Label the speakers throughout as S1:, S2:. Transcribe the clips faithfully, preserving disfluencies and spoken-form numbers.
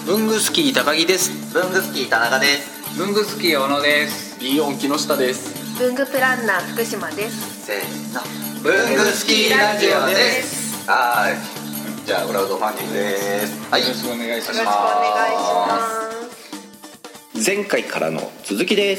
S1: 文具スキー高木です。
S2: 文具スキー田中です。
S3: 文具スキー小野です。
S4: ビヨン木下です。
S5: 文具プランナー福島です。
S2: せーの、文具スキーラジオです。はい、じゃあクラウドファンディングです。はい、
S3: よろしくお願いします。
S5: よろしくお願いします。
S1: 前回からの続きです。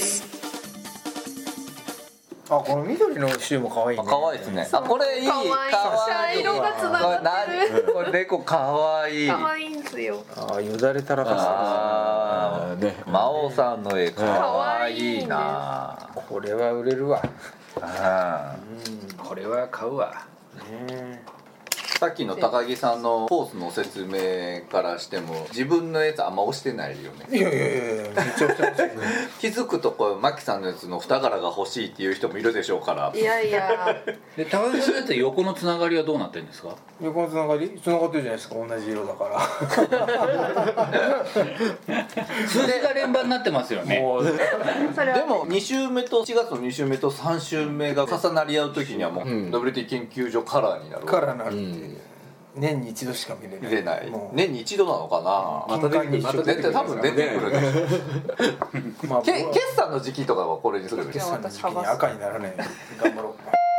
S6: あ、この緑のシューも可愛いね。
S2: 可愛いですね。あ、これいい。可
S5: 愛い。色がつながってる。
S2: これ猫可愛い。
S5: 可愛いんですよ。
S6: あ、よだれたらか
S2: あー、ね、魔王さんの絵可愛いな。
S6: これは売れるわ。
S2: あ、
S3: うん、これは買うわ。
S6: ね。
S2: さっきの高木さんのコースの説明からしても自分のやつあんま押してないよね。
S6: いやいやいやいや、めちゃくちゃ押してる。
S2: 気づくとこうマキさんのやつの二柄が欲しいっていう人もいるでしょうから。
S5: いやいや。
S3: で高木さんのやつ横のつながりはどうなってるんですか？
S6: 横のつながりつながってるじゃないですか。同じ色だから
S3: 数字が連番になってますよね。
S6: もう
S2: でもに週目としがつのに週目とさん週目が重なり合う時にはもう、うん、ダブリューティー 研究所カラーになる
S6: カラーになるっていう、うん、年に一度しか見れない
S2: 見れない年に一度なのかな。
S6: また出てくる、
S2: 絶対多分出てくるでしょ。まあ、け決算の時期とかはこれにするでしょ。
S6: 決算の時期に赤にならないように頑張ろう。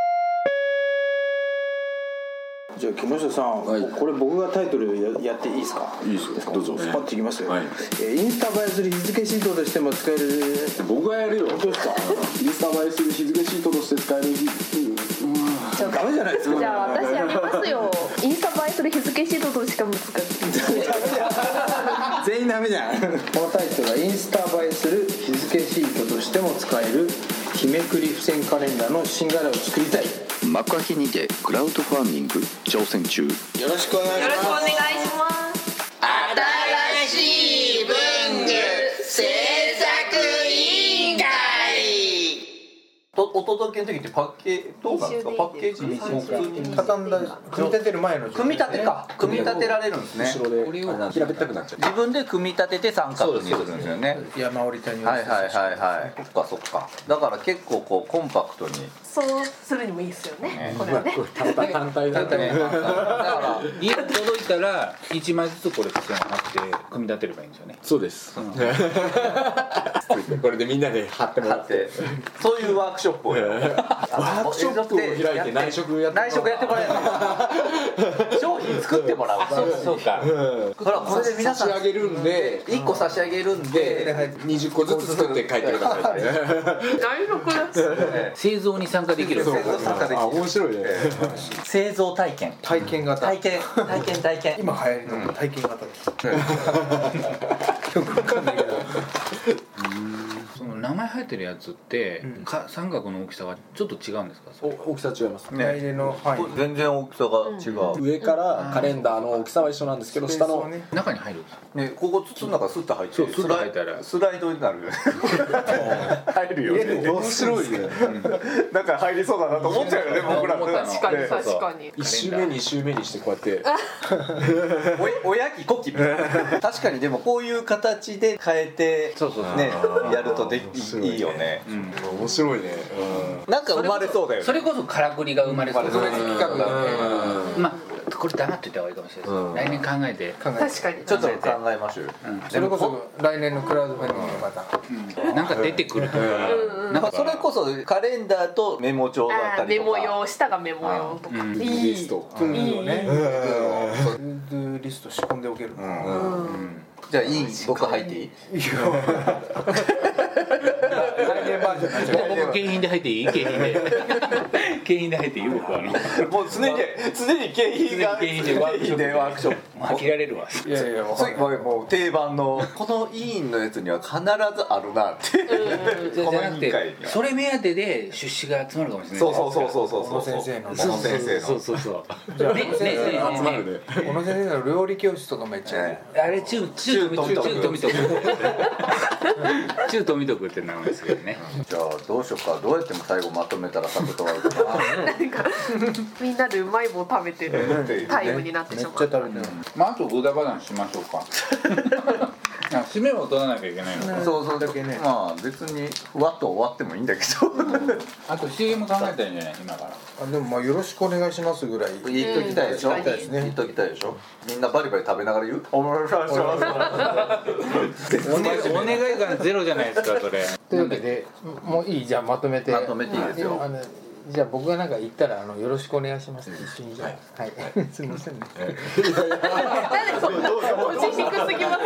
S6: じゃあ木下さん、はい、これ僕がタイトル や, やっていいですか？
S4: いいですよ、どうぞ。
S6: パッといきますよ、はい。えー、インスタ映えする日付シートとしても使える。
S4: 僕がやるよ。
S6: 本当ですか？
S4: インスタ映えする日付シートとして使える日、うん、
S6: じゃあダメじゃないですか。
S5: じゃあ私やりますよ。インスタ映えする日付シートとしか難しい。
S6: 全員ダメじゃん。このタイトルはインスタ映えする日付シートとしても使える日めくり付箋カレンダーの新柄を作りたい。
S1: 幕開けにてクラウドファンディング挑戦中。よ
S6: ろしくお願いします。
S5: よろしくお願いします。
S7: 新しい文具制作委員会
S2: とお届けの時ってパッケージどうなんですか？パッケージに
S6: 畳んだ組み立てる前の
S2: 組み立てか組み立てられるんですね。
S4: 後ろでこれを平べったくなっちゃう。
S2: 自分で組み立てて三角にするんですよね。
S6: 山折り谷
S2: はいはいはいはい。そっかそっか。だから結構こうコンパクトに
S5: そうするにもいいですよね。これね。
S4: 単体単体だね。
S3: だから家に届いたら一枚ずつこれ付箋を貼って組み立てればいいんですよね。
S4: そうです。これでみんなで貼ってもらって、
S2: そういうワークショップを。
S4: ワークショップを開いて内職やって
S2: 内職やってもらえる。商品作ってもらう。
S3: そうそうか。
S2: ほらこれで皆さん
S4: 差し上げるんで
S2: いっこ差し上げるんで
S4: にじゅっこずつ作って帰ってください。
S5: 大六だ。
S3: 製造に参加できる。
S2: 製造参加できる。
S4: あ、面白いね。
S2: 製造体験
S6: 体験型
S2: 体験体験体験
S6: 今流行りの体験型です。よくわかんないけど。
S3: その名前入ってるやつって、うん、か三角の大きさはちょっと違うんですか？
S4: お大きさ違います
S6: ね。来年の範囲
S2: 全然大きさが違う、
S4: うん、上からカレンダーの大きさは一緒なんですけど、下の
S3: 中に入るんですか
S2: ね。ここ筒の中スッと入って
S3: そうスッと入ったら
S2: スライドになるよね。入るよね。
S4: 面白いね。
S2: なんか入りそうだなと思っちゃうよね。僕ら
S5: 確かに確かに。
S4: 一周目二周目にしてこうやって
S2: おやきこき確かに。でもこういう形で変えてねやるとでいいよね。
S4: 面白いね。
S2: なんか生まれそうだよね。
S3: それこそからくりが生まれそう。
S2: それ企画だね。
S3: まあこれ黙っておいた方がいいかもしれないです。来年考えて
S5: 確かに
S2: ちょっと考えましょうよ。
S6: それこそ来年のクラウドファンディングまた
S3: なんか出てくるとか。
S2: なんかそれこそカレンダーとメモ帳だったりとか。
S5: メモ用下がメモ用とか。いい
S4: リスト。
S6: いいね。トゥードゥリスト仕込んでおける。
S2: じゃあいい僕入っていい？いいよ。
S3: 僕景品で入っていい？景品で景品で入っていい？僕はも
S2: う常に常に景品が景品でワークショップ
S3: 飽きられるわ。
S2: いやいやもう定番のこの委員のやつには必ずあるなってこの委員会に
S3: それ目当てで出資が集まるかもしれない。
S2: そうそうそうそうそうそう
S6: 先生の
S2: 小野先生の
S3: そうそうそう
S6: じゃあね集まるね。小野先生の料理教室とかもやっちゃう。
S3: あれ中中中とみとく中とみとくって名前ですけどね。
S2: じゃあどうしようか。どうやっても最後まとめたらさせてもらうかな。
S5: なんかみんなでうまい棒食べてるタイムになってしまう。
S6: めっちゃ食べてる。
S3: まああとグダバダンしましょうか。 あ締めを取らなきゃいけないのか。
S2: そうそう
S6: だけね。
S2: まあ別にふわっと終わってもいいんだけど
S3: あと シーエム 考えたらいいんじゃない今から。
S6: あでもまあよろしくお願いしますぐらい。
S2: 言っときたいでしょ、
S5: うん
S6: 言っときたいですね
S2: 言っときたいでしょ。みんなバリバリ食べながら言うお願いします
S3: お願いお願いがゼロじゃないですかそれ。
S6: というわけでもういいじゃあまとめて。
S2: まとめていいですよ。
S6: あのじゃあ僕がなんか言ったらあのよろしくお願いしますって一緒にじゃあはい、はい、すみませんね。
S5: なんでそんな腰低すぎます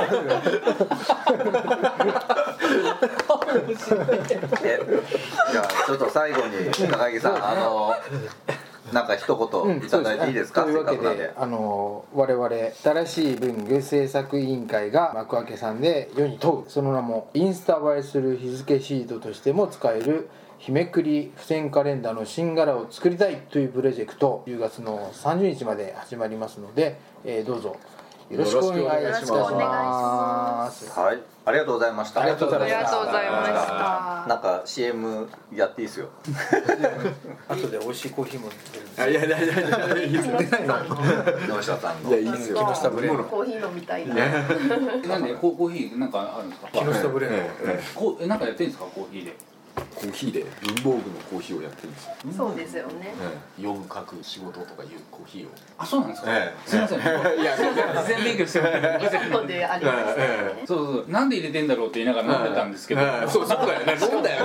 S2: じゃあちょっと最後に高木さん、あのなんか一言いただいていいですか。
S6: というわけ
S2: せっかくなん
S6: であの我々新しい文具制作委員会が幕開けさんで世に問う、その名もインスタ映えする日付シートとしても使える日めくり付箋カレンダーの新柄を作りたいというプロジェクト、じゅうがつのさんじゅうにちまで始まりますので、えーどうぞよろしくお願いいたします。
S2: はい、ありがとうございました。
S6: ありがとうございました
S5: ありがとうございました
S2: なんか シーエム やっていいですよ。
S6: 後で美味しいコーヒーも
S4: あいやいやいやいやいや
S5: 木下さんの
S2: 野下さんの
S4: いやいいっすよ
S6: 木下ブレンド
S5: コーヒー飲みたいな。
S3: なんでコーヒーなんかあるんですか。
S6: 木下ブレンド、
S4: えええ
S3: こうえなんかやってるんですかコーヒーで。
S4: コーヒーで文房具のコーヒーをやってるんですよ、
S5: そうですよね。
S4: 読む書く仕事とかいうコーヒーを
S3: あそうなんですか。
S4: ええ
S3: すみません。いや事前勉強してもらって。
S5: 外でありましたね。
S3: そうそうなんで入れてんだろうって言いながら飲んでたんですけど。
S4: そうそうだよねそうだよね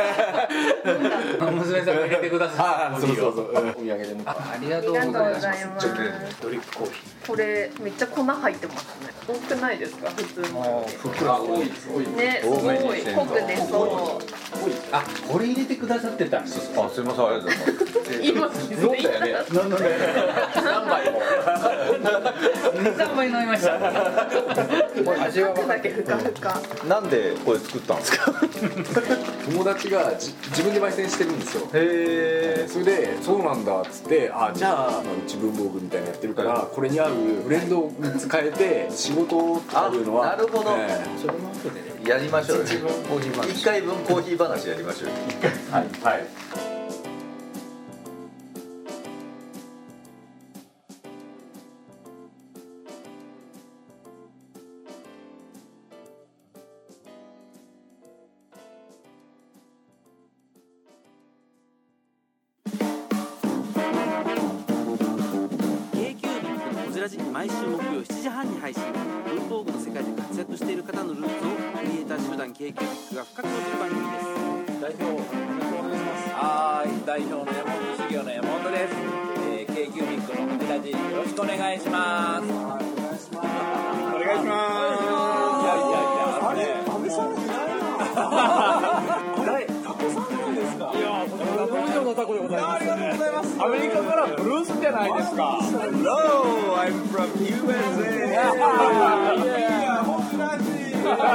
S3: 娘さんが入れてください。
S4: そうそうそう
S6: お土産でも
S3: あありがとう
S5: ありがとう
S3: ございます。
S5: ございます。
S6: ドリップコーヒ
S5: これめっちゃ粉入ってますね。多くないですか普通の。
S3: あ多いです多いです。
S5: ねすごい濃く出そう。
S3: あこれ入れてくださってたんですか。
S2: あ、すみません、ありがとうございます。
S5: 今気づいた。
S2: なんなん何杯も。
S3: 二三杯飲みました。
S6: 味は
S5: ちょっとだけふかふか。
S2: なんでこれ作ったんですか。
S4: 友達がじ自分で焙煎してるんですよ
S2: へ
S4: それでそうなんだっつってあじゃあ、まあ、うち文房具みたいなのやってるからこれに合うブレンドをみっつ変えて仕事とかいうのは
S2: あなるほど
S4: え
S6: それも後でね
S2: え。やりましょうよ。
S6: 自分コーヒー話
S2: 一回分コーヒー話やりましょうよ。
S4: はいはい
S8: ラジ毎週木曜しちじはんに配信。文房具の世界で活躍している方のルーツをクリエイター集団 k q b i c が深く落ちる番組です。
S9: 代表よろしくお願いします。はーい、代表の山本修行の山本です。えー、k q b i c のホジラジよろしくお願いします。お願いします。お願いします。いやいやいや、あれね、安倍さんいないな。誰？タコさんなんですか。いや、これタコ以上のタコでございます。ありがとうございます。アメリカからブルースじゃないですか。Hello, I'm from ユーエスエー。いや、ホジラジ。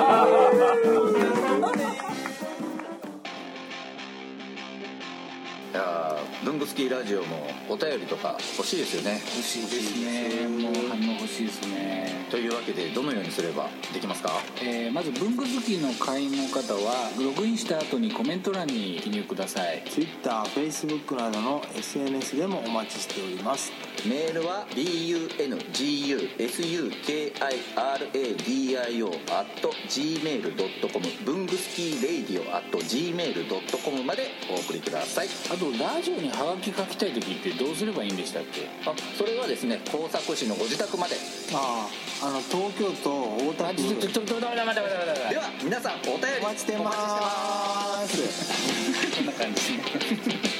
S1: いやー文具スキーラジオもお便りとか欲しいですよね。
S3: 欲しいですね。もう反応欲しいですね。
S1: というわけでどのようにすればできますか。
S3: えー、まず文具好きの会員の方はログインした後にコメント欄に記入ください。
S10: Twitter、Facebook などの エスエヌエス でもお待ちしております。
S1: メールは ブングスキーラディオ アット ジーメール ドットコム 文具スキーレイディオ アット ジーメール ドットコム までお送りください。
S3: あとラジオにハガキ書きたい時ってどうすればいいんでしたっけ。
S1: あそれはですね工作士のご自宅まで。
S10: ああ、あの東京都大田区。
S3: ちょっとちょっと待って待って待って待って。
S1: では皆さんお便り
S10: お待ちしてます。
S3: こんな感じですね。